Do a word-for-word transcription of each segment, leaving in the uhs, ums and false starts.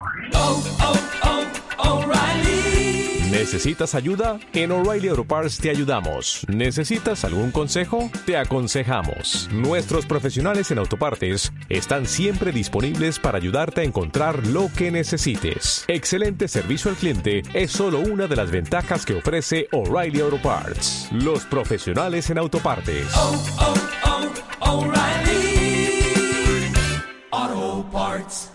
Oh, oh, oh, O'Reilly. ¿Necesitas ayuda? En O'Reilly Auto Parts te ayudamos. ¿Necesitas algún consejo? Te aconsejamos. Nuestros profesionales en autopartes están siempre disponibles para ayudarte a encontrar lo que necesites. Excelente servicio al cliente es solo una de las ventajas que ofrece O'Reilly Auto Parts. Los profesionales en autopartes. Oh, oh, oh, O'Reilly Auto Parts.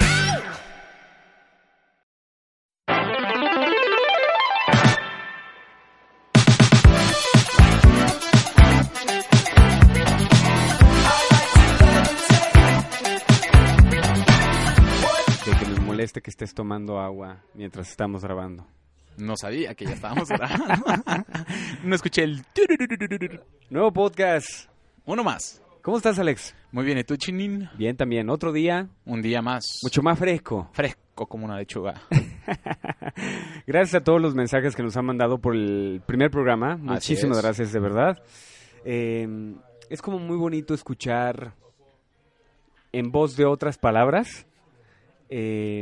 Moleste que estés tomando agua mientras estamos grabando. No sabía que ya estábamos grabando. No escuché el... Nuevo podcast. Uno más. ¿Cómo estás, Alex? Muy bien, ¿y tú, Chinin? Bien también. Otro día. Un día más. Mucho más fresco. Fresco como una lechuga. Gracias a todos los mensajes que nos han mandado por el primer programa. Muchísimas gracias, de verdad. Eh, es como muy bonito escuchar en voz de otras palabras Eh,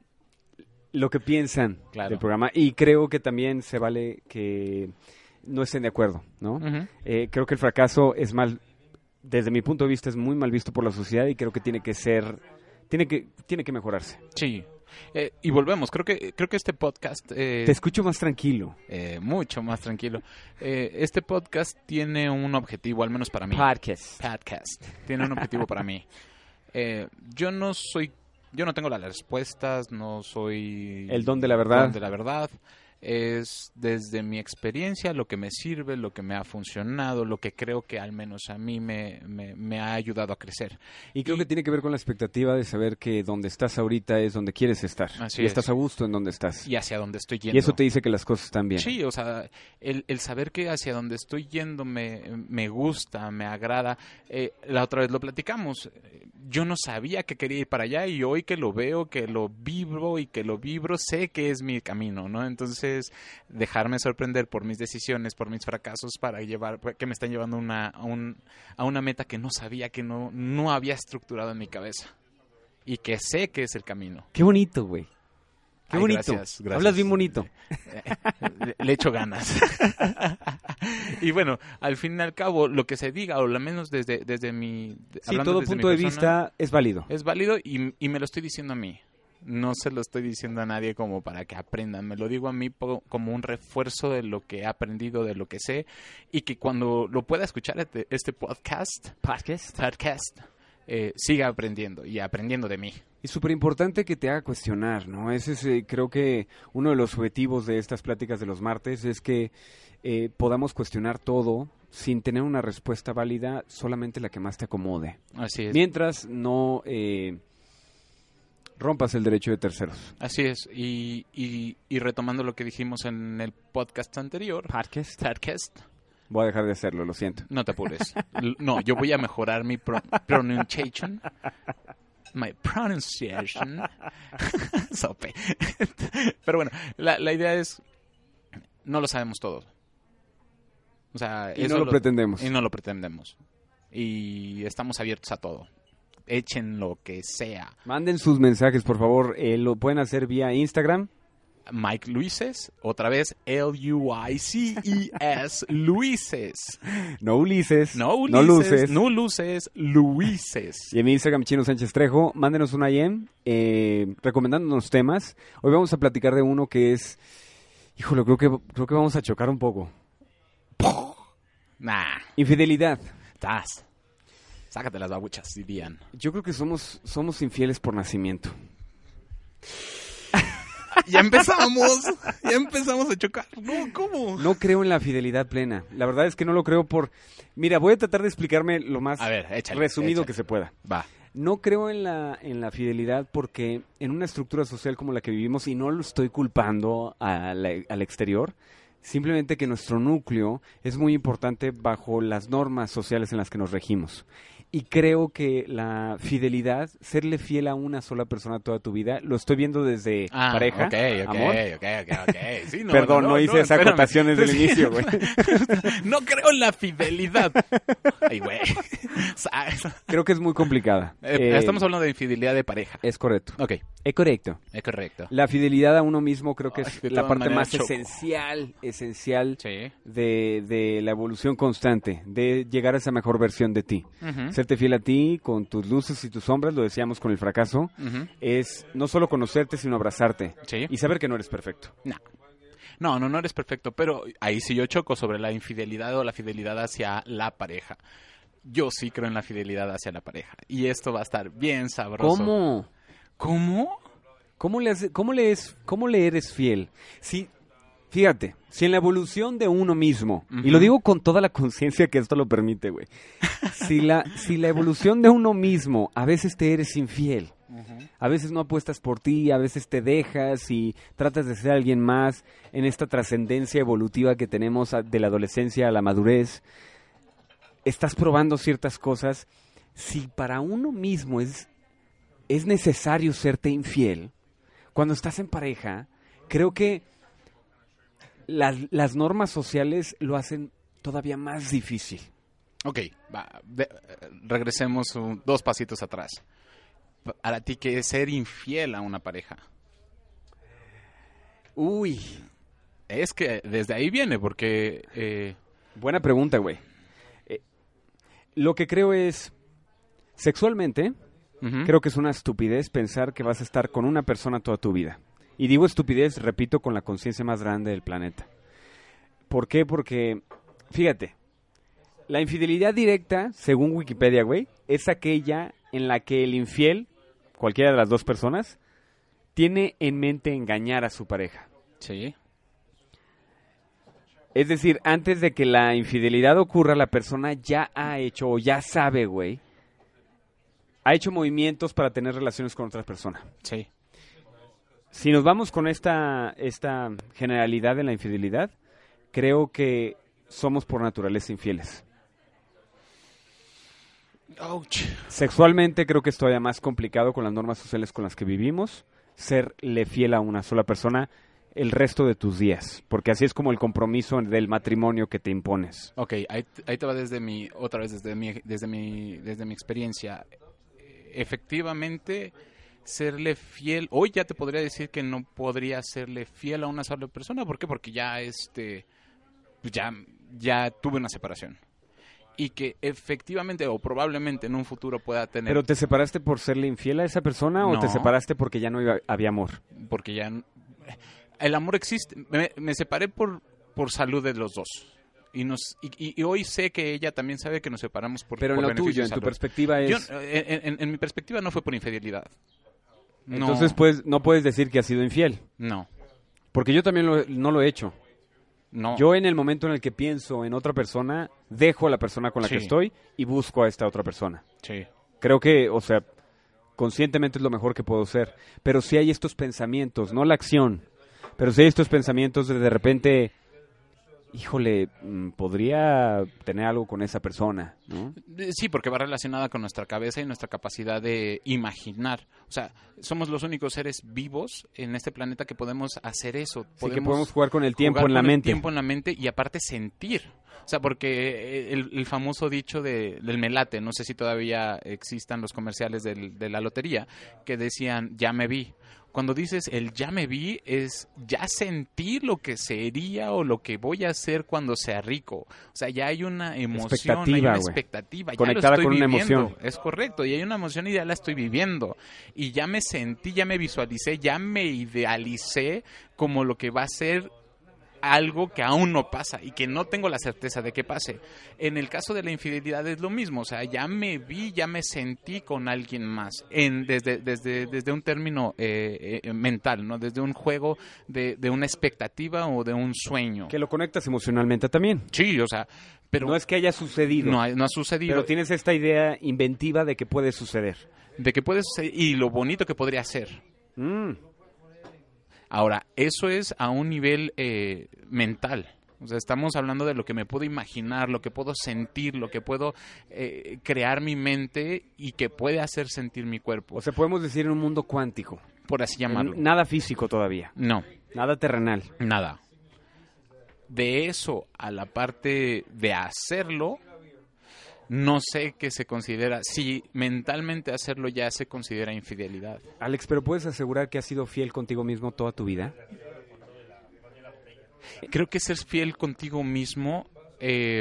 lo que piensan claro. del programa, y creo que también se vale que no estén de acuerdo, ¿no? Uh-huh. Eh, creo que el fracaso es mal, desde mi punto de vista es muy mal visto por la sociedad y creo que tiene que ser, tiene que, tiene que mejorarse. Sí. Eh, y volvemos, creo que creo que este podcast... Eh, Te escucho más tranquilo. Eh, mucho más tranquilo. Eh, este podcast tiene un objetivo, al menos para mí. Podcast. Podcast. Tiene un objetivo para mí. Eh, yo no soy... Yo no tengo las respuestas, no soy... El don de la verdad. Don de la verdad. Es desde mi experiencia lo que me sirve, lo que me ha funcionado, lo que creo que al menos a mí me, me, me ha ayudado a crecer. Y creo y, que tiene que ver con la expectativa de saber que donde estás ahorita es donde quieres estar. Así y es. estás a gusto en donde estás. Y hacia donde estoy yendo. Y eso te dice que las cosas están bien. Sí, o sea, el, el saber que hacia donde estoy yendo me, me gusta, me agrada. Eh, la otra vez lo platicamos. Yo no sabía que quería ir para allá y hoy que lo veo, que lo vibro y que lo vibro, sé que es mi camino, ¿no? Entonces, dejarme sorprender por mis decisiones, por mis fracasos, para llevar, que me están llevando una, a, un, a una meta que no sabía, que no, no había estructurado en mi cabeza y que sé que es el camino. Qué bonito, güey. Qué Ay, bonito. Gracias, gracias. Hablas bien bonito. Le, le echo ganas. Y bueno, al fin y al cabo, lo que se diga, o al menos desde, desde mi... Sí, todo desde punto mi de persona, vista es válido. es válido y, y me lo estoy diciendo a mí. No se lo estoy diciendo a nadie como para que aprendan. Me lo digo a mí po- como un refuerzo de lo que he aprendido, de lo que sé. Y que cuando lo pueda escuchar este, este podcast, Podcast. podcast eh, siga aprendiendo y aprendiendo de mí. Es súper importante que te haga cuestionar, ¿no? Ese es, eh, creo que uno de los objetivos de estas pláticas de los martes es que eh, podamos cuestionar todo sin tener una respuesta válida, solamente la que más te acomode. Así es. Mientras no eh, rompas el derecho de terceros. Así es. Y, y, y retomando lo que dijimos en el podcast anterior, Podcast. podcast, Voy a dejar de hacerlo, lo siento. no te apures. L- No, yo voy a mejorar mi pro- pronunciation. My pronunciation. Sope. Pero bueno, la, la idea es, no lo sabemos todo. O sea, Y eso no lo pretendemos. Y no lo pretendemos. Y estamos abiertos a todo. Echen lo que sea. Manden sus mensajes, por favor. Eh, lo pueden hacer vía Instagram. Mike Luises, otra vez L U I C E S, Luises. No Ulises. No Ulises, No Luces. no Luces, Luises. Y en mi Instagram, Chino Sánchez Trejo, mándenos una I M eh, recomendándonos temas. Hoy vamos a platicar de uno que es... Híjole, creo que, creo que vamos a chocar un poco. Nah, Infidelidad. estás. Sácate las babuchas, dirían. Yo creo que somos, somos infieles por nacimiento. Ya empezamos, ya empezamos a chocar. No, ¿cómo? No creo en la fidelidad plena. La verdad es que no lo creo por... Mira, voy a tratar de explicarme lo más A ver, échale, resumido échale. que se pueda. Va. No creo en la, en la fidelidad porque en una estructura social como la que vivimos, y no lo estoy culpando a la- al exterior, simplemente que nuestro núcleo es muy importante bajo las normas sociales en las que nos regimos. Y creo que la fidelidad, serle fiel a una sola persona toda tu vida, lo estoy viendo desde Ah, pareja, ok, ok, amor. ok, ok, ok. Sí, no, Perdón, no, hice esa espérame. acotación desde el Sí. inicio, güey. No creo en la fidelidad. Ay, güey. Creo que es muy complicada. Eh, Eh, Estamos hablando de infidelidad de pareja. Es correcto. Ok, Es correcto. es correcto. La fidelidad a uno mismo creo que Ay, es de la todas parte maneras, más choco. esencial, esencial Sí. de, de la evolución constante, de llegar a esa mejor versión de ti. Ujú, Serte fiel a ti, con tus luces y tus sombras, lo decíamos con el fracaso, ujú. es no solo conocerte, sino abrazarte. Sí. Y saber que no eres perfecto. No. No, no, no eres perfecto, pero ahí sí yo choco sobre la infidelidad o la fidelidad hacia la pareja. Yo sí creo en la fidelidad hacia la pareja. Y esto va a estar bien sabroso. ¿Cómo? ¿Cómo? ¿Cómo le, hace- cómo le, es, ¿Cómo le eres fiel? Si, fíjate, si en la evolución de uno mismo, y lo Ujú. digo con toda la conciencia que esto lo permite, güey, si la, si la evolución de uno mismo, a veces te eres infiel, a veces no apuestas por ti, a veces te dejas y tratas de ser alguien más en esta trascendencia evolutiva que tenemos a- de la adolescencia a la madurez, estás probando ciertas cosas, si para uno mismo es, es necesario serte infiel, cuando estás en pareja, creo que las, las normas sociales lo hacen todavía más difícil. Ok, va, de- regresemos un- dos pasitos atrás. Para ti, ¿qué es ser infiel a una pareja? Uy, Es que desde ahí viene, porque... eh, buena pregunta, güey. Eh, lo que creo es, sexualmente, ujú, creo que es una estupidez pensar que vas a estar con una persona toda tu vida. Y digo estupidez, repito, con la conciencia más grande del planeta. ¿Por qué? Porque, fíjate, la infidelidad directa, según Wikipedia, güey, es aquella en la que el infiel, cualquiera de las dos personas, tiene en mente engañar a su pareja. Sí. Es decir, antes de que la infidelidad ocurra, la persona ya ha hecho o ya sabe, güey, ha hecho movimientos para tener relaciones con otra persona. Sí. Si nos vamos con esta, esta generalidad de la infidelidad, creo que somos por naturaleza infieles. Ouch. Sexualmente creo que es todavía más complicado con las normas sociales con las que vivimos, serle fiel a una sola persona el resto de tus días, porque así es como el compromiso del matrimonio que te impones. Ok, ahí, ahí te va desde mi, otra vez desde mi, desde mi, desde mi experiencia. Efectivamente, serle fiel, hoy ya te podría decir que no podría serle fiel a una sola persona. ¿Por qué? Porque ya este, pues ya, ya tuve una separación. Y que efectivamente o probablemente en un futuro pueda tener, ¿Pero te separaste por serle infiel a esa persona o No. te separaste porque ya no iba- había amor? porque ya n- el amor existe. Me, me separé por, por salud de los dos. Y, nos, y, y- y hoy sé que ella también sabe que nos separamos por Pero en por lo beneficio tuyo, de en tu salud. perspectiva es... Yo, en, en- en mi perspectiva no fue por infidelidad. No, Entonces pues no puedes decir que has sido infiel, no, porque yo también lo- no lo he hecho. no. Yo en el momento en el que pienso en otra persona, dejo a la persona con la que Sí. estoy y busco a esta otra persona. Sí. Creo que, o sea, conscientemente es lo mejor que puedo ser. Pero si hay estos pensamientos, no la acción, pero si hay estos pensamientos de de repente, híjole, mm, podría tener algo con esa persona, ¿no? Eh, Sí, porque va relacionada con nuestra cabeza y nuestra capacidad de imaginar. O sea, somos los únicos seres vivos en este planeta que podemos hacer eso. Así que podemos jugar con el tiempo jugar en la con el mente. tiempo en la mente y aparte sentir. O sea, porque el, el famoso dicho de, del melate, no sé si todavía existan los comerciales del- de la lotería, que decían, ya me vi. Cuando dices el ya me vi, es ya sentí lo que sería o lo que voy a hacer cuando sea rico. O sea, ya hay una emoción, hay Expectativa, una güey. expectativa. ya Conectada lo estoy con una viviendo. emoción. Es correcto, y hay una emoción y ya la estoy viviendo. Y ya me sentí, ya me visualicé, ya me idealicé como lo que va a ser algo que aún no pasa y que no tengo la certeza de que pase. En el caso de la infidelidad es lo mismo, o sea, ya me vi, ya me sentí con alguien más, en, desde, desde, desde un término eh, eh, mental, ¿no? Desde un juego de, de una expectativa o de un sueño. Que lo conectas emocionalmente también. Sí, o sea, pero No es que haya sucedido, no, ha- no ha sucedido. pero tienes esta idea inventiva de que puede suceder. De que puede suceder y lo bonito que podría ser. Mm. Ahora, eso es a un nivel eh, mental. O sea, estamos hablando de lo que me puedo imaginar, lo que puedo sentir, lo que puedo eh, crear mi mente y que puede hacer sentir mi cuerpo. O sea, podemos decir en un mundo cuántico. Por así llamarlo. En- nada físico todavía. No, Nada terrenal. nada. De eso a la parte de hacerlo, no sé qué se considera. Si mentalmente hacerlo ya se considera infidelidad. Alex, ¿pero puedes asegurar que has sido fiel contigo mismo toda tu vida? Creo que ser fiel contigo mismo... Eh,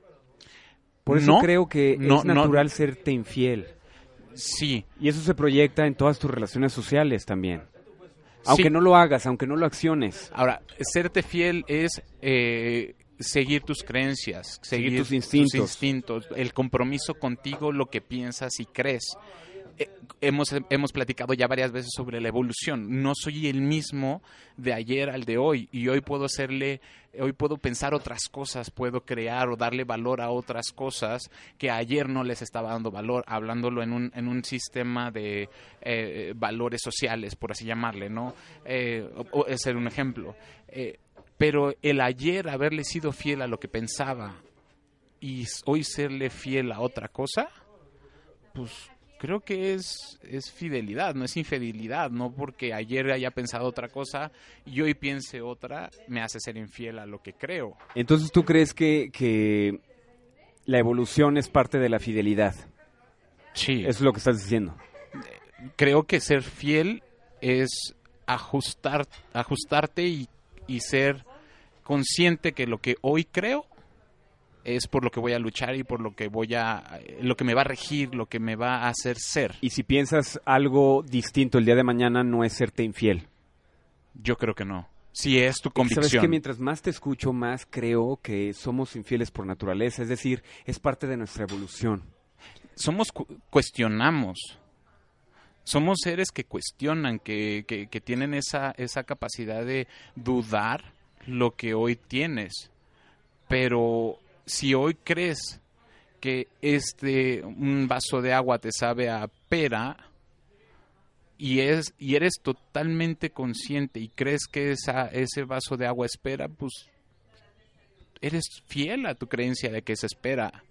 Por eso no, creo que no, es no. natural serte infiel. Sí, Y eso se proyecta en todas tus relaciones sociales también. Aunque Sí. no lo hagas, aunque no lo acciones. ahora, serte fiel es eh, seguir tus creencias, seguir, Seguir tus instintos. instintos, el compromiso contigo, lo que piensas y crees. Eh, hemos, hemos platicado ya varias veces sobre la evolución. No soy el mismo de ayer al de hoy y hoy puedo hacerle, hoy puedo pensar otras cosas, puedo crear o darle valor a otras cosas que ayer no les estaba dando valor, hablándolo en un, en un sistema de eh, valores sociales, por así llamarle, ¿no? Eh, o, o es ser un ejemplo. Eh, pero el ayer haberle sido fiel a lo que pensaba y s- hoy serle fiel a otra cosa, pues creo que es, es fidelidad, no es infidelidad, no porque ayer haya pensado otra cosa y hoy piense otra, me hace ser infiel a lo que creo. Entonces, ¿tú crees que, que la evolución es parte de la fidelidad? Sí. Eso es lo que estás diciendo. Creo que ser fiel es ajustar, ajustarte y, y ser consciente que lo que hoy creo es por lo que voy a luchar y por lo que voy a, lo que me va a regir, lo que me va a hacer ser. Y si piensas algo distinto el día de mañana, no es serte infiel. Yo creo que no. Si es tu Y convicción. sabes que mientras más te escucho, más creo que somos infieles por naturaleza. Es decir, es parte de nuestra evolución. Somos cu- cuestionamos. Somos seres que cuestionan, que, que, que tienen esa, esa capacidad de dudar lo que hoy tienes. Pero si hoy crees que este un vaso de agua te sabe a pera y es y eres totalmente consciente y crees que esa ese vaso de agua es pera, pues eres fiel a tu creencia de que es pera.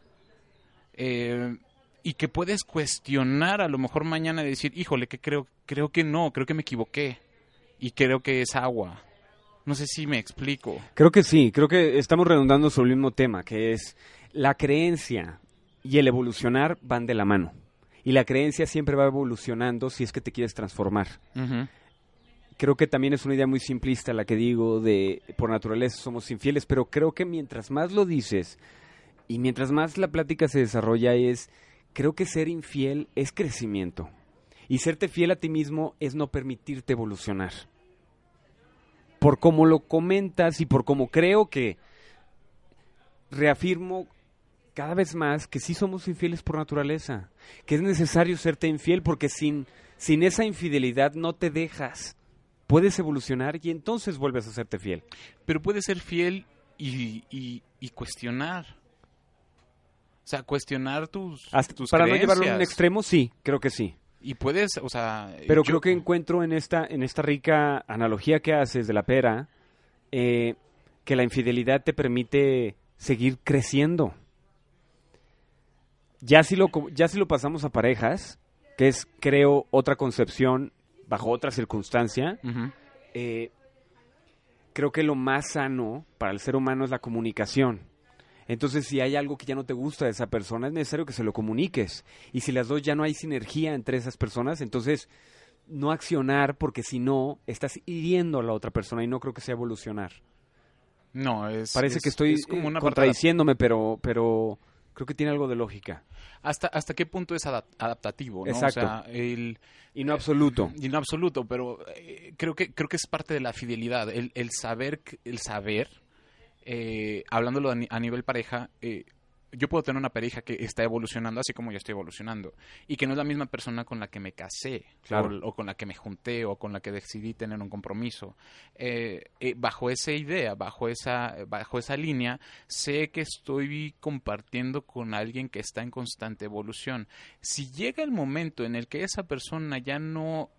Eh, y que puedes cuestionar a lo mejor mañana y decir, híjole, que creo creo que no, creo que me equivoqué y creo que es agua. No sé si me explico. Creo que sí, creo que estamos redundando sobre el mismo tema, que es la creencia y el evolucionar van de la mano. Y la creencia siempre va evolucionando si es que te quieres transformar. Ujú. Creo que también es una idea muy simplista la que digo de por naturaleza somos infieles, pero creo que mientras más lo dices y mientras más la plática se desarrolla es, creo que ser infiel es crecimiento. Y serte fiel a ti mismo es no permitirte evolucionar. Por cómo lo comentas y por cómo creo que reafirmo cada vez más que sí somos infieles por naturaleza, que es necesario serte infiel porque sin, sin esa infidelidad no te dejas, puedes evolucionar y entonces vuelves a serte fiel. Pero puedes ser fiel y, y, y cuestionar. O sea, cuestionar tus, Hasta, tus para no creencias. llevarlo a un extremo, sí, creo que sí. Y puedes, o sea... Pero yo- creo que encuentro en esta, en esta rica analogía que haces de la pera, eh, que la infidelidad te permite seguir creciendo. Ya si lo, co- ya si lo pasamos a parejas, que es, creo, otra concepción bajo otra circunstancia, Ujú. eh, creo que lo más sano para el ser humano es la comunicación. Entonces, si hay algo que ya no te gusta de esa persona, es necesario que se lo comuniques. Y si las dos ya no hay sinergia entre esas personas, entonces no accionar, porque si no, estás hiriendo a la otra persona y no creo que sea evolucionar. No, es... Parece es- que estoy es como eh, una contradiciéndome, pero, pero creo que tiene algo de lógica. ¿Hasta, ¿Hasta qué punto es adap- adaptativo? ¿no? Exacto. O sea, el... Y no absoluto. Y no absoluto, pero eh, creo que creo que es parte de la fidelidad, el, el saber, que- el saber, eh, hablándolo a, ni- a nivel pareja, eh, yo puedo tener una pareja que está evolucionando así como yo estoy evolucionando y que no es la misma persona con la que me casé Claro. o, o con la que me junté o con la que decidí tener un compromiso. Eh, eh, bajo esa idea, bajo esa, bajo esa línea, sé que estoy compartiendo con alguien que está en constante evolución. Si llega el momento en el que esa persona ya no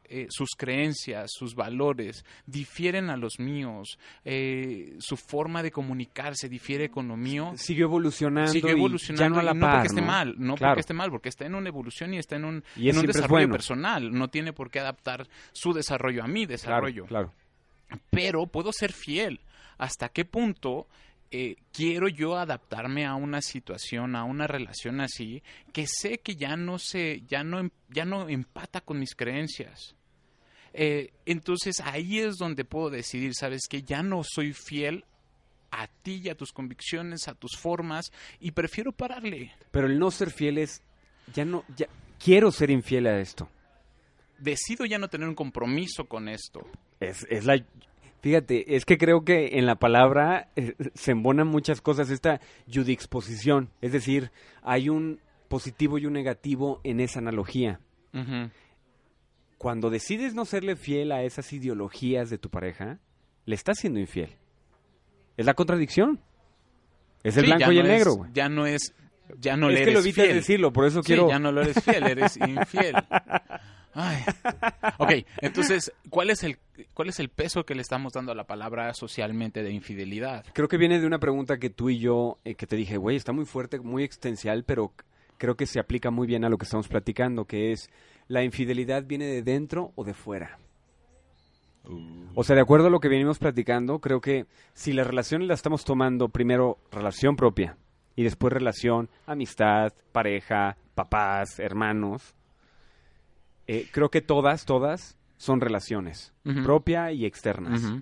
eh, sus creencias, sus valores difieren a los míos, eh, su forma de comunicarse difiere con lo mío. Sigue evolucionando, Sigue evolucionando y ya no a la y no par, porque esté ¿no? mal, no Claro. porque esté mal, porque está en una evolución y está en un, Y en eso un siempre es desarrollo bueno. personal. No tiene por qué adaptar su desarrollo a mi desarrollo. Claro, claro. Pero puedo ser fiel. ¿Hasta qué punto eh, quiero yo adaptarme a una situación, a una relación así, que sé que ya no se, ya no, em- ya no empata con mis creencias? Eh, entonces ahí es donde puedo decidir, ¿sabes qué? Ya no soy fiel a ti y a tus convicciones, a tus formas, y prefiero pararle. Pero el no ser fiel es, ya no, ya quiero ser infiel a esto. Decido ya no tener un compromiso con esto. Es, es la, fíjate, es que creo que en la palabra eh, se embonan muchas cosas, esta judiexposición, es decir, hay un positivo y un negativo en esa analogía. Ujú. Cuando decides no serle fiel a esas ideologías de tu pareja, le estás siendo infiel. Es la contradicción. Es el Sí, blanco ya y el no negro, es- güey. Ya no es, ya no es le que eres lo evitas fiel. decirlo, por eso Sí, quiero... ya no lo eres fiel, eres infiel. Ay. Ok, entonces, ¿cuál es el cuál es el peso que le estamos dando a la palabra socialmente de infidelidad? Creo que viene de una pregunta que tú y yo, eh, que te dije, güey, está muy fuerte, muy existencial, pero c- creo que se aplica muy bien a lo que estamos platicando, que es, ¿la infidelidad viene de dentro o de fuera? O sea, de acuerdo a lo que venimos platicando, creo que si las relaciones las estamos tomando primero relación propia y después relación, amistad, pareja, papás, hermanos, eh, creo que todas, todas son relaciones, Ujú. propia y externas. Ujú.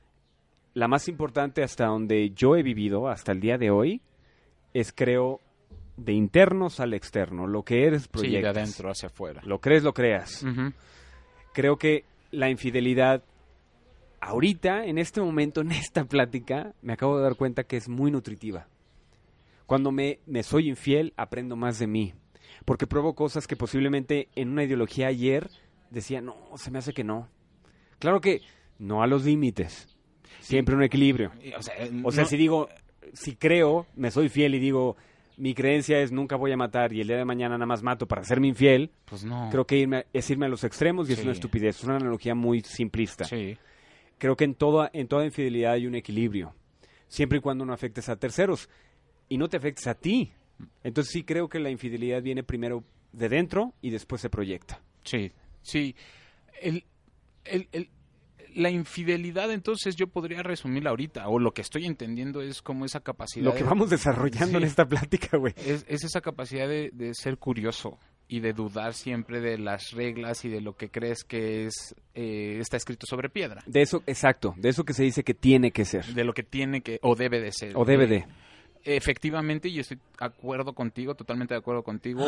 La más importante hasta donde yo he vivido, hasta el día de hoy, es creo de internos al externo, lo que eres Sí, de proyectas. adentro hacia afuera. Lo crees, lo creas. Ujú. Creo que la infidelidad, ahorita, en este momento, en esta plática, me acabo de dar cuenta que es muy nutritiva. Cuando me, me soy infiel, aprendo más de mí. Porque pruebo cosas que posiblemente en una ideología ayer decía, no, se me hace que no. Claro que no a los límites. Siempre un equilibrio. Y, O sea, O sea, no- si digo, si creo, me soy fiel y digo, mi creencia es nunca voy a matar y el día de mañana nada más mato para hacerme infiel, pues no. creo que irme, es irme a los extremos y es Sí. una estupidez. Es una analogía muy simplista. Sí. Creo que en toda, en toda infidelidad hay un equilibrio, siempre y cuando no afectes a terceros y no te afectes a ti. Entonces sí creo que la infidelidad viene primero de dentro y después se proyecta. Sí, sí. El, el, el- la infidelidad, entonces, yo podría resumirla ahorita, o lo que estoy entendiendo es como esa capacidad... Lo que de- vamos desarrollando Sí. en esta plática, güey. es, es esa capacidad de, de ser curioso y de dudar siempre de las reglas y de lo que crees que es eh, está escrito sobre piedra, De eso, exacto, de eso que se dice que tiene que ser. de lo que tiene que o debe de ser. O debe Eh, de. Efectivamente, y estoy de acuerdo contigo, totalmente de acuerdo contigo,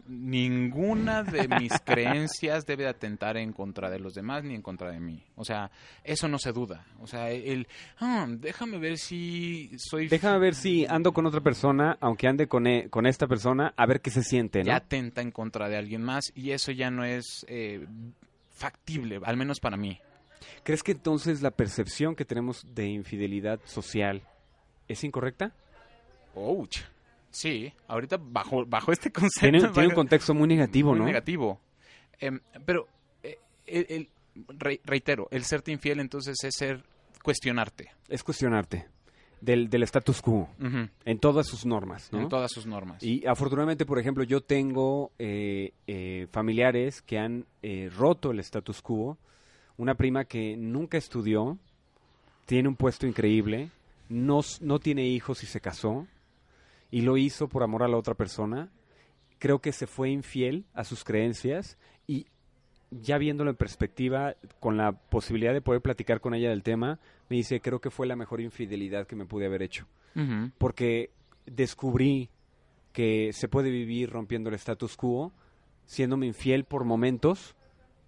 ninguna de mis creencias debe de atentar en contra de los demás ni en contra de mí. O sea, eso no se duda. O sea, el, ah, déjame ver si soy... Déjame ver si ando con otra persona, aunque ande con, e- con esta persona, a ver qué se siente, ¿no? ya atenta en contra de alguien más y eso ya no es eh, factible, al menos para mí. ¿Crees que entonces la percepción que tenemos de infidelidad social es incorrecta? Ouch. Sí, ahorita bajo, bajo este concepto... Tiene, tiene un bajo- contexto muy negativo, muy ¿no? negativo. Em, pero, eh, el, el- re- reitero, el serte infiel entonces es ser cuestionarte Es cuestionarte del, del status quo Ujú, en todas sus normas, ¿no? en todas sus normas. Y afortunadamente, por ejemplo, yo tengo eh, eh, familiares que han eh, roto el status quo. Una prima que nunca estudió, tiene un puesto increíble, no, s- no tiene hijos y se casó, y lo hizo por amor a la otra persona. Creo que se fue infiel a sus creencias y ya viéndolo en perspectiva, con la posibilidad de poder platicar con ella del tema, me dice, creo que fue la mejor infidelidad que me pude haber hecho. Ujú. Porque descubrí que se puede vivir rompiendo el status quo, siéndome infiel por momentos,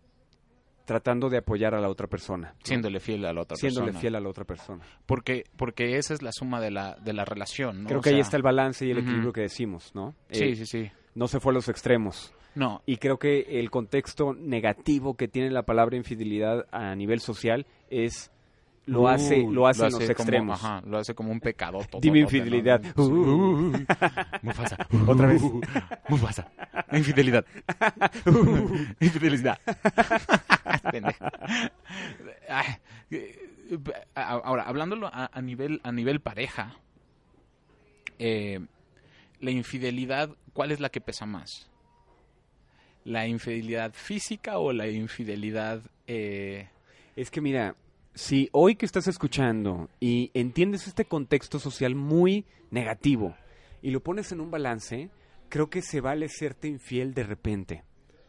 tratando de apoyar a la otra persona. ¿no? Siéndole fiel a la otra Siéndole persona. fiel a la otra persona. Porque, porque esa es la suma de la, de la relación, ¿no? Creo O que ahí sea, está el balance y el ujú. equilibrio que decimos, ¿no? Sí, Eh, sí, sí. No se fue a los extremos. No, Y creo que el contexto negativo que tiene la palabra infidelidad a nivel social es lo Uh, hace, lo hace en los como- extremos. ajá, lo hace como un pecado. Dime infidelidad. ¿no? Uh, Mufasa. Otra vez. Mufasa. Infidelidad. Infidelidad. Pendejo. Ay, eh, Ahora, hablándolo a, a nivel a nivel pareja, eh, la infidelidad, ¿cuál es la que pesa más? ¿La infidelidad física o la infidelidad? Eh... Es que mira, si hoy que estás escuchando y entiendes este contexto social muy negativo y lo pones en un balance, creo que se vale serte infiel de repente.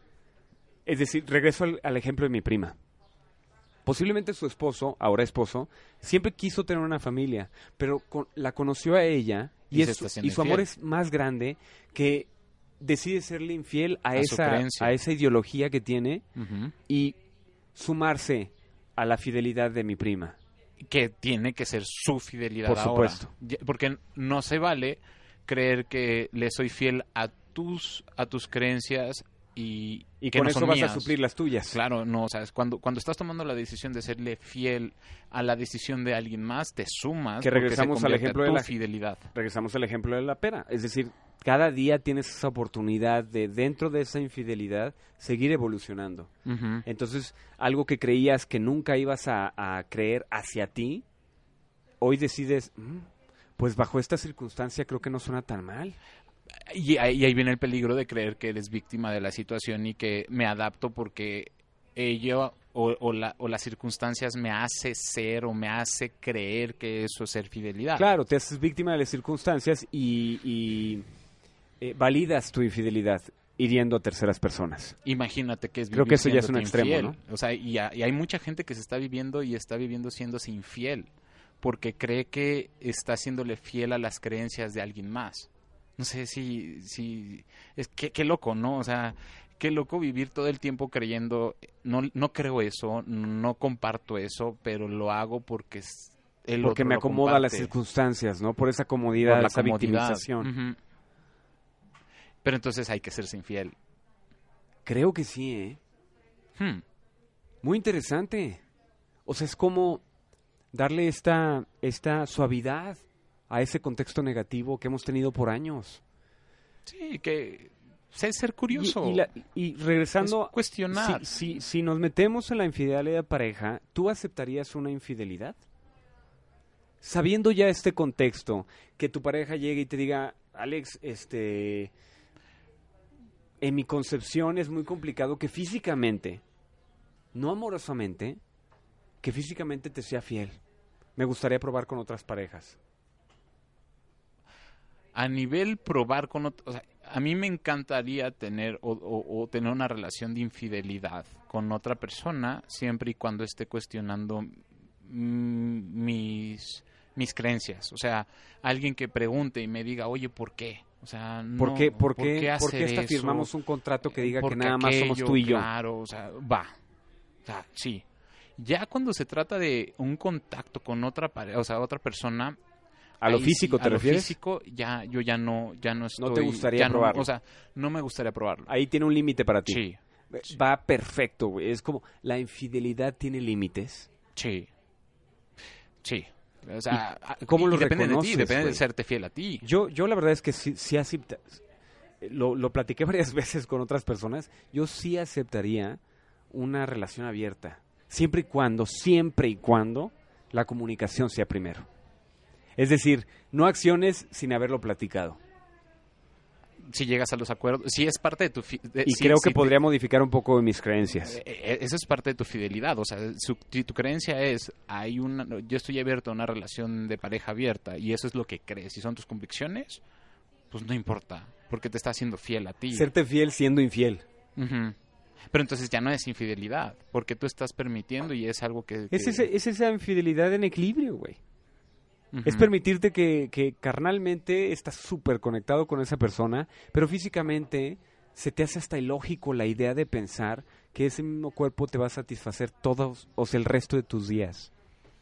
Es decir, regreso al, al ejemplo de mi prima. Posiblemente su esposo, ahora esposo, siempre quiso tener una familia, pero con- la conoció a ella y, Y se es- está siendo y su amor infiel. es más grande que decide serle infiel a, A su esa, creencia. a esa ideología que tiene Ujú. y sumarse a la fidelidad de mi prima. Que tiene que ser su fidelidad Por ahora. supuesto. Ya- Porque no se vale creer que le soy fiel a tus a tus creencias y, Y que con no eso son vas mías. a suplir las tuyas. Claro, no, o sea, es cuando, cuando estás tomando la decisión de serle fiel a la decisión de alguien más, te sumas. Que porque se regresamos al convierte a ejemplo de tu la- fidelidad. Regresamos al ejemplo de la pera. Es decir, cada día tienes esa oportunidad de, dentro de esa infidelidad, seguir evolucionando. Ujú. Entonces, algo que creías que nunca ibas a, a creer hacia ti, hoy decides, "Mm, pues bajo esta circunstancia creo que no suena tan mal". Y ahí, y ahí viene el peligro de creer que eres víctima de la situación y que me adapto porque ello o, o, la, o las circunstancias me hace ser o me hace creer que eso es ser fidelidad. Claro, te haces víctima de las circunstancias y, y, eh, validas tu infidelidad hiriendo a terceras personas. Imagínate que es Creo vivir que eso ya es un siéndote extremo, infiel. O sea, y, ha- y hay mucha gente que se está viviendo y está viviendo siéndose infiel porque cree que está haciéndole fiel a las creencias de alguien más. No sé si, si es que qué loco, ¿no? O sea, qué loco vivir todo el tiempo creyendo, no, no creo eso, no comparto eso, pero lo hago porque es el Porque otro me lo acomoda a las comparte, circunstancias, ¿no? Por esa por comodidad, la esa comodidad. victimización. Ujú. Pero entonces hay que serse infiel. Creo que sí, ¿eh? Hmm. Muy interesante. O sea, es como darle esta, esta suavidad a ese contexto negativo que hemos tenido por años. Sí, que sé ser curioso. Y, y la- y regresando, Es cuestionar. Si, si, si nos metemos en la infidelidad de pareja, ¿tú aceptarías una infidelidad? Sabiendo ya este contexto, que tu pareja llegue y te diga, Alex, este, en mi concepción es muy complicado que físicamente, no amorosamente, que físicamente te sea fiel. Me gustaría probar con otras parejas. A nivel probar con otro, o sea, a mí me encantaría tener o, o- o tener una relación de infidelidad con otra persona siempre y cuando esté cuestionando mm, mis mis creencias, o sea, alguien que pregunte y me diga, oye, ¿por qué? O sea, no, ¿Por qué, por qué, hacer por qué hasta eso? firmamos un contrato que diga que Porque nada más somos aquello, tú y yo? Claro, o sea, va. O sea, sí. Ya cuando se trata de un contacto con otra pareja, o sea, otra persona, ¿A lo ahí físico sí, te a refieres? lo físico, ya, yo ya no, ya no estoy. ¿No te gustaría ya no- probarlo? o sea, no me gustaría probarlo. Ahí tiene un límite para ti. Sí, Va perfecto, güey. Es como, la infidelidad tiene límites. sí, sí. O sea, ¿Y cómo y lo depende de ti, reconoces, depende güey? de serte fiel a ti. Yo, yo la verdad es que sí, sí acepta, lo, lo platiqué varias veces con otras personas, yo sí aceptaría una relación abierta, siempre y cuando, siempre y cuando la comunicación sea primero. Es decir, no acciones sin haberlo platicado. Si llegas a los acuerdos, si es parte de tu... fi- de- Y si- creo si que te- podría modificar un poco mis creencias. Eh, eh, Eso es parte de tu fidelidad, o sea, su- si tu creencia es, hay una, yo estoy abierto a una relación de pareja abierta y eso es lo que crees, y son tus convicciones, pues no importa, porque te está haciendo fiel a ti. Serte fiel siendo infiel. Ujú. Pero entonces ya no es infidelidad, porque tú estás permitiendo y es algo que... Es, que- ese- es esa infidelidad en equilibrio, güey. Ujú. Es permitirte que, que carnalmente estás súper conectado con esa persona, pero físicamente se te hace hasta ilógico la idea de pensar que ese mismo cuerpo te va a satisfacer todos, o sea, el resto de tus días.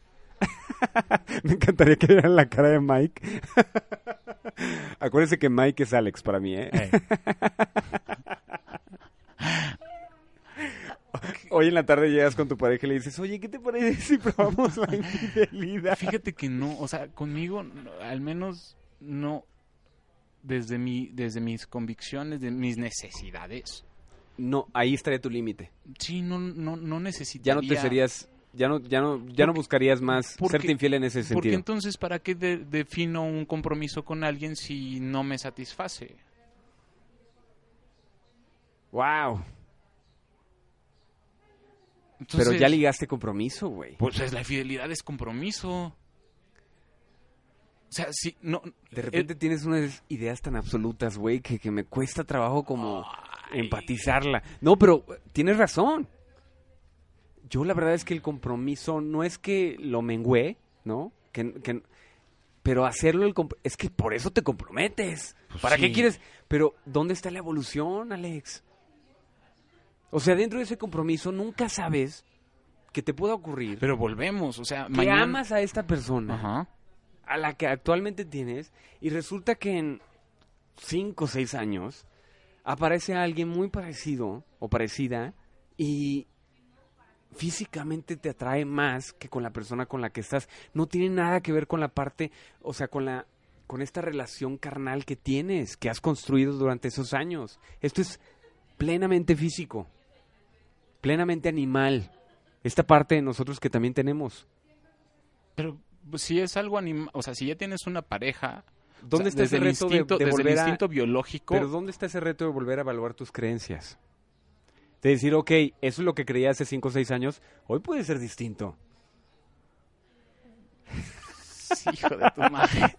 Me encantaría que vieran la cara de Mike. Acuérdense que Mike es Alex para mí, ¿eh? Eh. O- hoy en la tarde llegas con tu pareja y le dices, oye, ¿qué te parece si probamos la infidelidad? Fíjate que no, o sea, conmigo, no, al menos no, desde mi, desde mis convicciones, de mis necesidades. No, ahí estaría tu límite. Sí, no, no, no necesitaría. Ya no te serías, ya no, ya no, ya no buscarías más porque- serte infiel en ese Porque sentido. entonces, ¿para qué de- defino un compromiso con alguien si no me satisface? Wow. Entonces, Pero ya ligaste compromiso, güey. Pues es, la fidelidad es compromiso. O sea, si no... De repente eh, tienes unas ideas tan absolutas, güey, que, que me cuesta trabajo como Ay. empatizarla. No, pero eh, tienes razón. Yo la verdad es que el compromiso no es que lo mengué, ¿no? Que, que- pero hacerlo, el comp- es que por eso te comprometes. Pues ¿Para sí. qué quieres? Pero ¿dónde está la evolución, Alex? O sea, dentro de ese compromiso nunca sabes que te pueda ocurrir Pero volvemos, o sea, que mañana... amas a esta persona, Ajá. a la que actualmente tienes, y resulta que en cinco o seis años aparece alguien muy parecido o parecida y físicamente te atrae más que con la persona con la que estás. No tiene nada que ver con la parte, o sea, con la con esta relación carnal que tienes, que has construido durante esos años. Esto es plenamente físico, plenamente animal. Esta parte de nosotros que también tenemos. Pero pues, si es algo animal, o sea, si ya tienes una pareja, ¿Dónde o sea, está ese desde el reto de- instinto, de desde volver el a- instinto biológico? Pero ¿dónde está ese reto de volver a evaluar tus creencias? De decir, ok, eso es lo que creía hace cinco o seis años, hoy puede ser distinto. Sí, hijo de tu madre.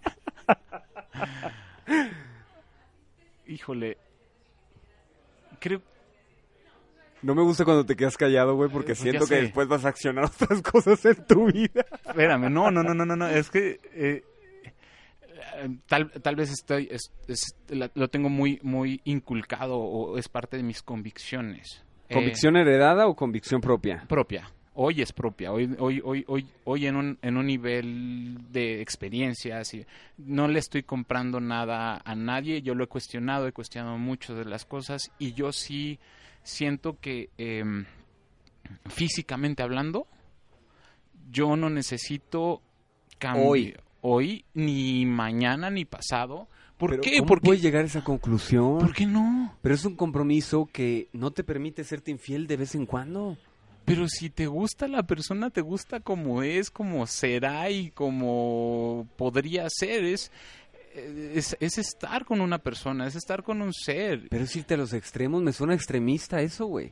Híjole. Creo... No me gusta cuando te quedas callado, güey, porque Eh, pues siento ya que sé. después vas a accionar otras cosas en tu vida. Espérame, no, no, no, no, no, no, es que eh, eh, tal, tal vez estoy, es- es- la- lo tengo muy, muy inculcado o es parte de mis convicciones. Eh, ¿Convicción heredada o convicción propia? propia. Hoy es propia. Hoy, hoy, hoy, hoy, hoy en un, en un nivel de experiencias y no le estoy comprando nada a nadie. Yo lo he cuestionado, he cuestionado mucho de las cosas y yo sí siento que em, físicamente hablando, yo no necesito cambio Hoy. hoy, ni mañana, ni pasado. ¿Por Pero qué? ¿cómo Porque, puedes llegar a esa conclusión? ¿por qué no? Pero es un compromiso que no te permite serte infiel de vez en cuando. Pero si te gusta la persona, te gusta como es, como será y como podría ser. Es, es, es estar con una persona, es estar con un ser. Pero es irte a los extremos, me suena extremista eso, güey.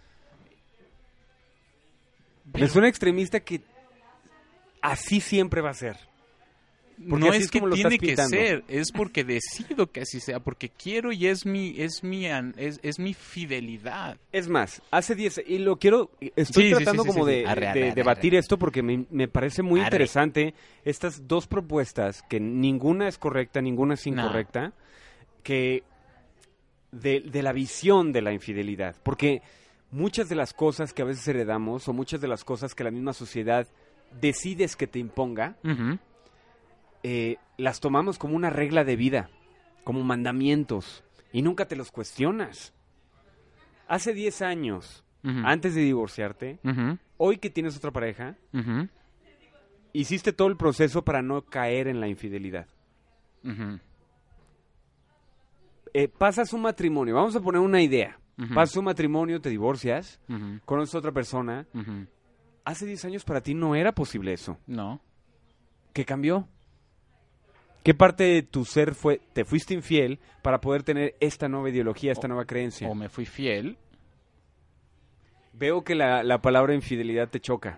Me Pero suena extremista que así siempre va a ser. porque no así es es que como lo tiene estás que pintando. ser, es porque decido que así sea, porque quiero y es mi, es mi, an- es, es mi fidelidad. Es más, hace diez, y lo quiero, estoy Sí, sí, tratando sí, sí, como sí, de, sí. Arre, de- arre, de arre, debatir arre. esto porque me, me parece muy Arre. interesante estas dos propuestas, que ninguna es correcta, ninguna es No. incorrecta, que de, de la visión de la infidelidad. Porque muchas de las cosas que a veces heredamos o muchas de las cosas que la misma sociedad decides que te imponga, Ujú. eh, las tomamos como una regla de vida, como mandamientos, y nunca te los cuestionas. Hace diez años, Ujú. antes de divorciarte, Ujú. hoy que tienes otra pareja, Ujú. hiciste todo el proceso para no caer en la infidelidad. Ujú. Eh, pasas un matrimonio, vamos a poner una idea. Ujú. Pasas un matrimonio, te divorcias, Ujú. conoces a otra persona. Ujú. Hace diez años para ti no era posible eso. No. ¿Qué cambió? ¿Qué parte de tu ser fue, te fuiste infiel para poder tener esta nueva ideología, esta O- nueva creencia? O me fui fiel. Veo que la, la palabra infidelidad te choca.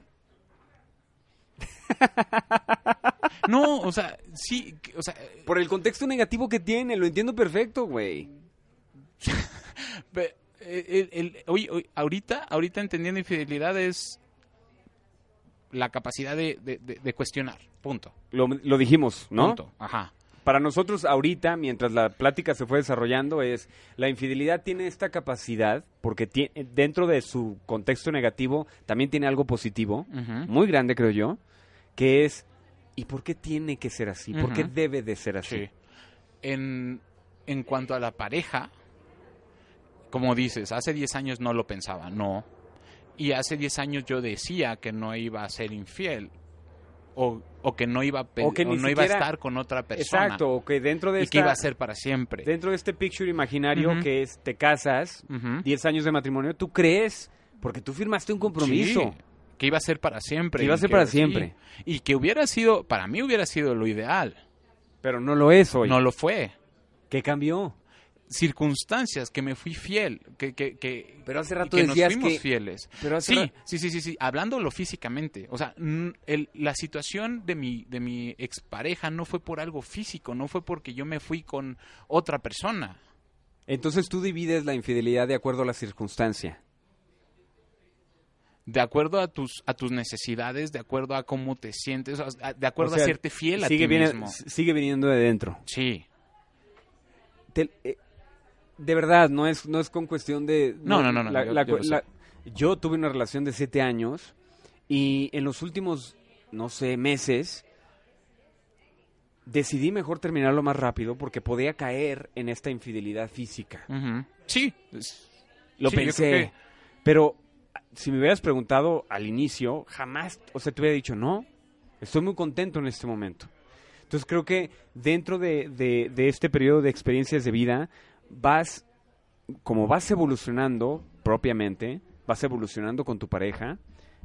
No, o sea, sí, que- o sea, Por el contexto negativo que tiene, lo entiendo perfecto, güey. pe- el, el- hoy, hoy- ahorita, ahorita entendiendo infidelidad es la capacidad de, de- de- de cuestionar, punto. Lo, lo dijimos, ¿no? Punto, ajá. Para nosotros ahorita, mientras la plática se fue desarrollando, es la infidelidad tiene esta capacidad, porque tie- dentro de su contexto negativo también tiene algo positivo, Ujú. muy grande creo yo, que es, ¿y por qué tiene que ser así? ¿Por qué Ujú. debe de ser así? Sí. En, en cuanto a la pareja, como dices, hace diez años no lo pensaba, no. Y hace diez años yo decía que no iba a ser infiel. O, o que no iba a pe- O que o ni no iba a siquiera- estar con otra persona. Exacto, o que dentro de Y esta, que iba a ser para siempre. dentro de este picture imaginario Ujú. que es te casas, Ujú. diez años de matrimonio, tú crees, porque tú firmaste un compromiso. Sí, que iba a ser para siempre. Que iba a y ser para siempre. sí, y que hubiera sido, para mí hubiera sido lo ideal. Pero no lo es hoy. No lo fue. ¿Qué cambió? Circunstancias que me fui fiel, que, que, que, Pero hace y rato que nos decías fuimos que- fieles. pero hace Sí, ra- sí, sí, sí, sí, hablándolo físicamente. O sea, n- el- la situación de mi, de mi expareja no fue por algo físico, no fue porque yo me fui con otra persona. Entonces tú divides la infidelidad de acuerdo a la circunstancia. De acuerdo a tus, a tus necesidades, de acuerdo a cómo te sientes, o sea, de acuerdo O sea, a serte fiel a sigue ti viene- mismo. Sigue viniendo de dentro. Sí. Te- eh, de verdad, no es, no es con cuestión de... No, no, no, no, la- yo- la- yo lo sé. la- yo tuve una relación de siete años y en los últimos, no sé, meses, decidí mejor terminarlo más rápido porque podía caer en esta infidelidad física. Ujú. Sí. es- Lo sí, yo pensé, creo que- pero si me hubieras preguntado al inicio, jamás, o sea, te hubiera dicho, no, estoy muy contento en este momento. Entonces creo que dentro de, de- de este periodo de experiencias de vida, vas, como vas evolucionando propiamente, vas evolucionando con tu pareja,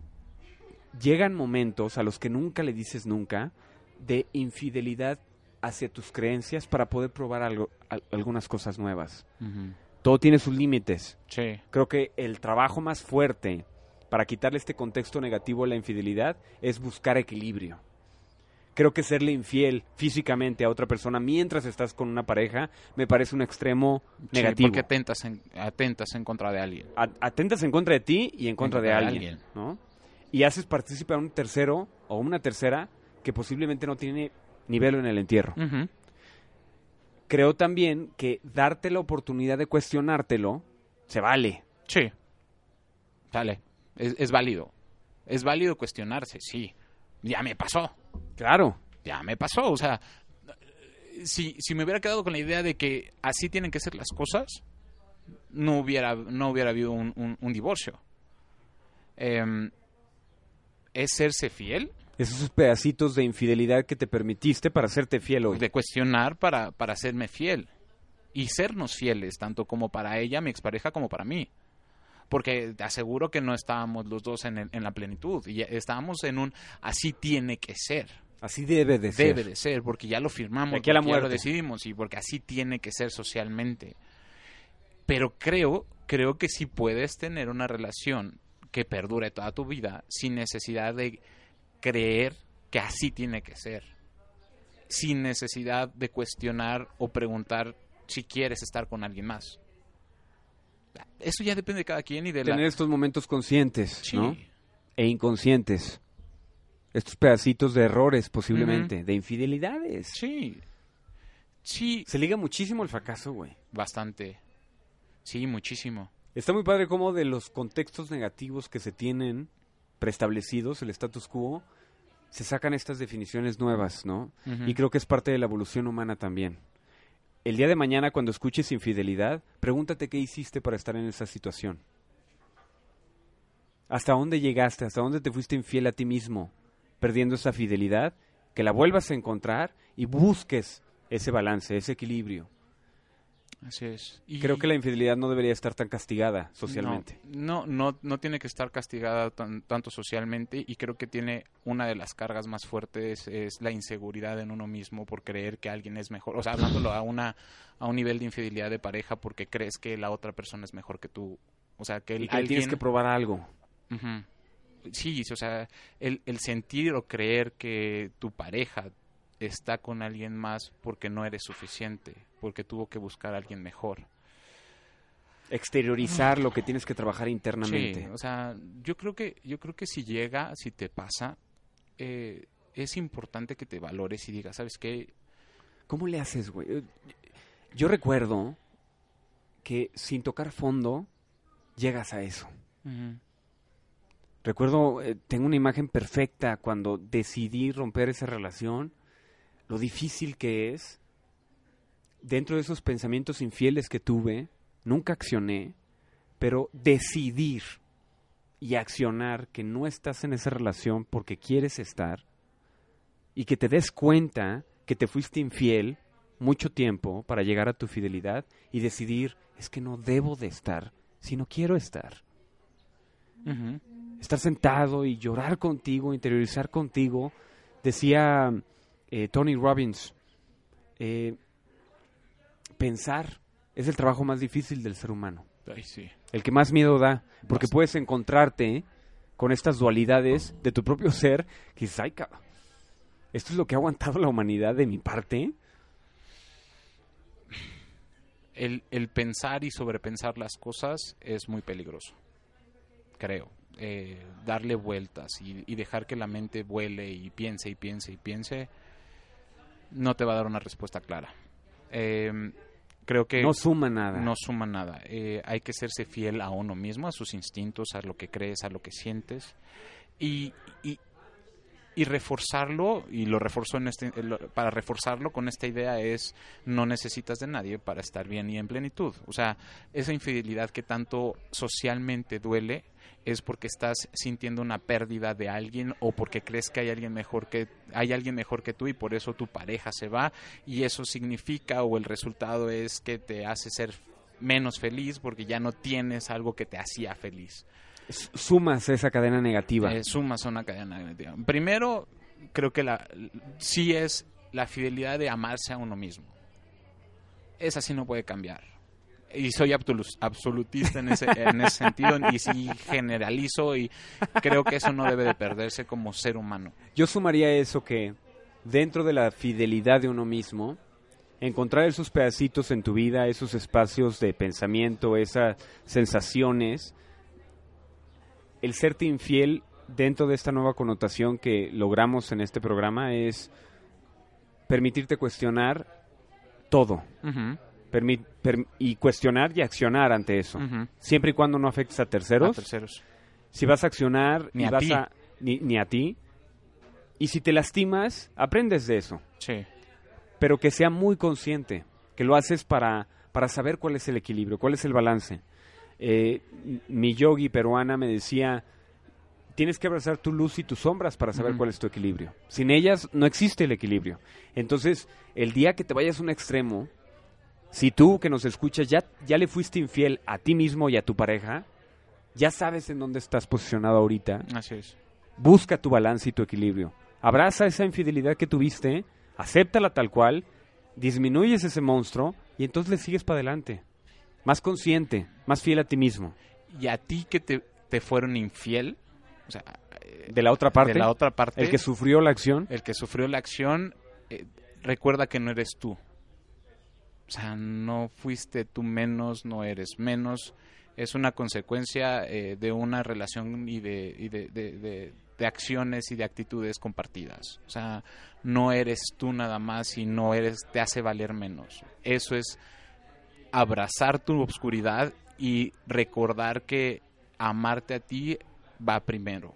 llegan momentos a los que nunca le dices nunca de infidelidad hacia tus creencias para poder probar algo, al- algunas cosas nuevas. Ujú. Todo tiene sus límites. Sí. Creo que el trabajo más fuerte para quitarle este contexto negativo a la infidelidad es buscar equilibrio. Creo que serle infiel físicamente a otra persona mientras estás con una pareja me parece un extremo Sí, negativo. porque atentas en, atentas en contra de alguien. A- Atentas en contra de ti y en contra En de contra de alguien, alguien. ¿no? Y haces partícipe a un tercero o una tercera que posiblemente no tiene nivel en el entierro. Ujú. Creo también que darte la oportunidad de cuestionártelo se vale. Sí. Sale. Es, es válido. Es válido cuestionarse, sí. Ya me pasó. Claro. Ya me pasó. O sea, si, si me hubiera quedado con la idea de que así tienen que ser las cosas, no hubiera, no hubiera habido un, un- un divorcio. Em, ¿Es serse fiel? Esos pedacitos de infidelidad que te permitiste para hacerte fiel hoy. De cuestionar para, para hacerme fiel. Y sernos fieles, tanto como para ella, mi expareja, como para mí. Porque te aseguro que no estábamos los dos en, el- en la plenitud. Y ya estábamos en un así tiene que ser. Así debe de ser. Debe de ser, porque ya lo firmamos, De aquí a la porque ya lo muerte. decidimos y porque así tiene que ser socialmente. Pero creo, creo que sí puedes tener una relación que perdure toda tu vida sin necesidad de creer que así tiene que ser. Sin necesidad de cuestionar o preguntar si quieres estar con alguien más. Eso ya depende de cada quien y de Tener la... estos momentos conscientes, Sí. ¿no? E inconscientes. Estos pedacitos de errores, posiblemente, de infidelidades. Sí. Sí, Se liga muchísimo al fracaso, güey. bastante. Sí, muchísimo. Está muy padre cómo de los contextos negativos que se tienen preestablecidos, el status quo, se sacan estas definiciones nuevas, ¿no? Ujú. Y creo que es parte de la evolución humana también. El día de mañana, cuando escuches infidelidad, pregúntate qué hiciste para estar en esa situación. ¿Hasta dónde llegaste? ¿Hasta dónde te fuiste infiel a ti mismo? Perdiendo esa fidelidad, que la vuelvas a encontrar y busques ese balance, ese equilibrio. Así es. Y Creo que la infidelidad no debería estar tan castigada socialmente. No, no, no, no tiene que estar castigada tan- tanto socialmente y creo que tiene una de las cargas más fuertes es la inseguridad en uno mismo por creer que alguien es mejor. O sea, hablándolo a una a un nivel de infidelidad de pareja porque crees que la otra persona es mejor que tú. O sea, que el, Y que alguien... tienes que probar algo. Ujú. Sí, o sea, el, el sentir o creer que tu pareja está con alguien más porque no eres suficiente, porque tuvo que buscar a alguien mejor. Exteriorizar lo que tienes que trabajar Sí, internamente. o sea, yo creo que yo creo que si llega, si te pasa, eh, es importante que te valores y digas, ¿sabes qué? ¿Cómo le haces, güey? Eh, Yo recuerdo que sin tocar fondo llegas a eso. Ujú. Recuerdo, eh, tengo una imagen perfecta cuando decidí romper esa relación, lo difícil que es. Dentro de esos pensamientos infieles que tuve, nunca accioné, pero decidir y accionar que no estás en esa relación porque quieres estar y que te des cuenta que te fuiste infiel mucho tiempo para llegar a tu fidelidad y decidir, es que no debo de estar si no quiero estar. Ujú. Estar sentado y llorar contigo, interiorizar contigo. Decía eh, Tony Robbins, eh, pensar es el trabajo más difícil del ser humano. Ay, sí. El que más miedo da, porque Basta. puedes encontrarte con estas dualidades de tu propio ser, que dices, ay, cabrón, esto es lo que ha aguantado la humanidad de mi parte. El, el pensar y sobrepensar las cosas es muy peligroso, creo. Eh, darle vueltas y, y dejar que la mente vuele y piense y piense y piense no te va a dar una respuesta clara. Eh, creo que No suma nada. no suma nada. Eh, hay que serse fiel a uno mismo, a sus instintos, a lo que crees, a lo que sientes y, y, y reforzarlo, y lo reforzo en este, lo- para reforzarlo con esta idea es no necesitas de nadie para estar bien y en plenitud. O sea, esa infidelidad que tanto socialmente duele es porque estás sintiendo una pérdida de alguien o porque crees que hay alguien mejor que hay alguien mejor que tú y por eso tu pareja se va y eso significa o el resultado es que te hace ser menos feliz porque ya no tienes algo que te hacía feliz. S- Sumas esa cadena negativa. Eh, sumas a una cadena negativa. Primero, creo que la sí es la fidelidad de amarse a uno mismo. Esa sí no puede cambiar. Y soy absolu- absolutista en ese, en ese sentido y sí generalizo y creo que eso no debe de perderse como ser humano. Yo sumaría eso que dentro de la fidelidad de uno mismo, encontrar esos pedacitos en tu vida, esos espacios de pensamiento, esas sensaciones, el serte infiel dentro de esta nueva connotación que logramos en este programa es permitirte cuestionar todo. Ujú, Permi- per- y cuestionar y accionar ante eso. ujú. Siempre y cuando no afectes a terceros. A terceros. Si vas a accionar Ni y a vas ti. a ni, ni a ti. Y si te lastimas, aprendes de eso. Sí. Pero que sea muy consciente, que lo haces para, para saber cuál es el equilibrio, cuál es el balance. Eh, m- mi yogi peruana me decía, tienes que abrazar tu luz y tus sombras para saber Ujú. cuál es tu equilibrio. Sin ellas no existe el equilibrio. Entonces, el día que te vayas a un extremo, si tú que nos escuchas ya, ya le fuiste infiel a ti mismo y a tu pareja, ya sabes en dónde estás posicionado ahorita, Así es. busca tu balance y tu equilibrio. Abraza esa infidelidad que tuviste, acéptala tal cual, disminuyes ese monstruo y entonces le sigues para adelante. Más consciente, más fiel a ti mismo. Y a ti que te, te fueron infiel, o sea, eh, De la otra parte, de la otra parte, el que sufrió la acción, el que sufrió la acción, eh, recuerda que no eres tú. O sea, no fuiste tú menos, no eres menos. Es una consecuencia eh, de una relación y, de, y de, de, de, de acciones y de actitudes compartidas. O sea, no eres tú nada más y no eres, te hace valer menos. Eso es abrazar tu obscuridad y recordar que amarte a ti va primero.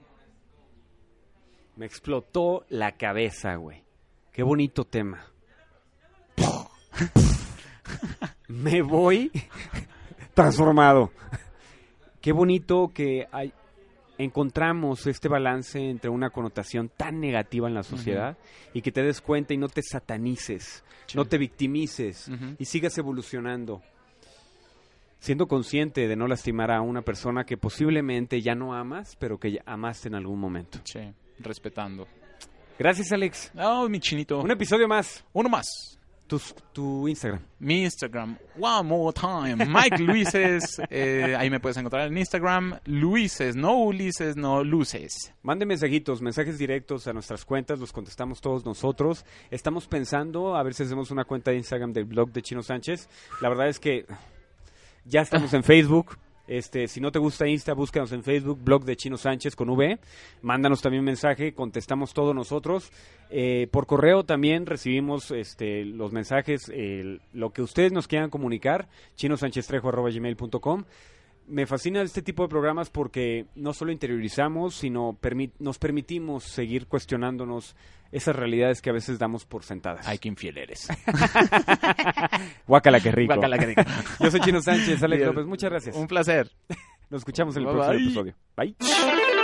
me explotó la cabeza, güey. Qué bonito tema. Me voy transformado. Qué bonito que hay, encontramos este balance entre una connotación tan negativa en la sociedad y que te des cuenta y no te satanices, Sí. no te victimices Ujú. y sigas evolucionando. Siendo consciente de no lastimar a una persona que posiblemente ya no amas, pero que ya amaste en algún momento. Sí, respetando. Gracias, Alex. Oh, mi chinito. Un episodio más. Uno más. Tu, tu Instagram. Mi Instagram, one more time, Mike Luises, eh, ahí me puedes encontrar en Instagram, Luises, no Ulises, no Luces. Mande mensajitos, mensajes directos a nuestras cuentas, los contestamos todos nosotros. Estamos pensando a ver si hacemos una cuenta de Instagram del blog de Chino Sánchez. La verdad es que ya estamos en Facebook. Este, si no te gusta Insta, búscanos en Facebook, blog de Chino Sánchez con V. Mándanos también un mensaje, contestamos todos nosotros. Eh, por correo también recibimos este, los mensajes, eh, lo que ustedes nos quieran comunicar, chinosancheztrejo arroba gmail punto com. Me fascina este tipo de programas porque no solo interiorizamos, sino permi- nos permitimos seguir cuestionándonos esas realidades que a veces damos por sentadas. Ay, qué infiel eres. Guácala, qué rico. Guácala, qué rico. Yo soy Chino Sánchez, Alex Dios. López, muchas gracias. Un placer. Nos escuchamos en el Bye, próximo bye. episodio. Bye.